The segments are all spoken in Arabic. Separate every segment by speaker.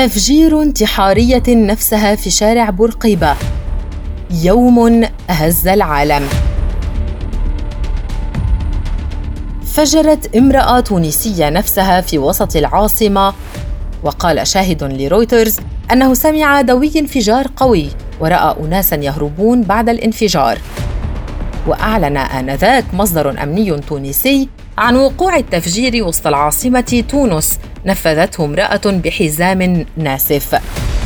Speaker 1: تفجير انتحارية نفسها في شارع بورقيبة، يوم هز العالم. فجرت امرأة تونسية نفسها في وسط العاصمة، وقال شاهد لرويترز أنه سمع دوي انفجار قوي ورأى أناساً يهربون بعد الانفجار. وأعلن آنذاك مصدر أمني تونسي عن وقوع التفجير وسط العاصمة تونس نفذته امرأة بحزام ناسف.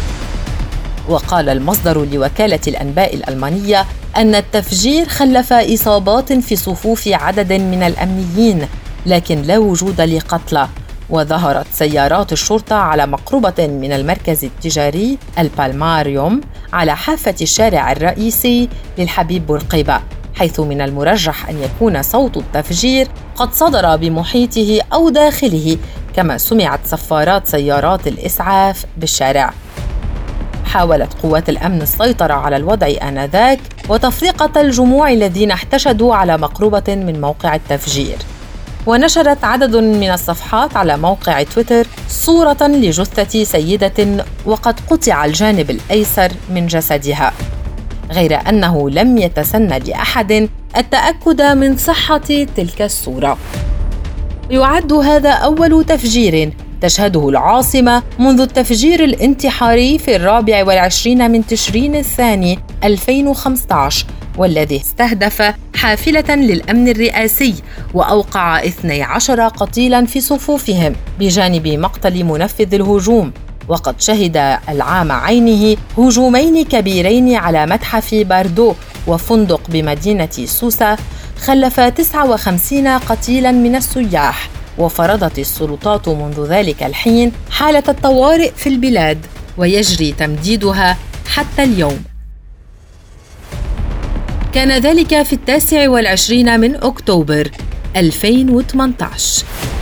Speaker 1: وقال المصدر لوكالة الأنباء الألمانية أن التفجير خلف إصابات في صفوف عدد من الأمنيين، لكن لا وجود لقتلى. وظهرت سيارات الشرطة على مقربة من المركز التجاري البالماريوم على حافة الشارع الرئيسي للحبيب بورقيبة، حيث من المرجح أن يكون صوت التفجير قد صدر بمحيطه أو داخله، كما سمعت صفارات سيارات الإسعاف بالشارع. حاولت قوات الأمن السيطرة على الوضع آنذاك وتفرقة الجموع الذين احتشدوا على مقربة من موقع التفجير. ونشرت عدد من الصفحات على موقع تويتر صورة لجثة سيدة وقد قطع الجانب الأيسر من جسدها، غير أنه لم يتسنى لأحد التأكد من صحة تلك الصورة. يعد هذا أول تفجير تشهده العاصمة منذ التفجير الانتحاري في 24 من تشرين الثاني 2015، والذي استهدف حافلة للأمن الرئاسي وأوقع 12 قتيلاً في صفوفهم بجانب مقتل منفذ الهجوم. وقد شهد العام عينه هجومين كبيرين على متحف باردو وفندق بمدينة سوسة خلف 59 قتيلاً من السياح. وفرضت السلطات منذ ذلك الحين حالة الطوارئ في البلاد، ويجري تمديدها حتى اليوم. كان ذلك في 29 من أكتوبر 2018.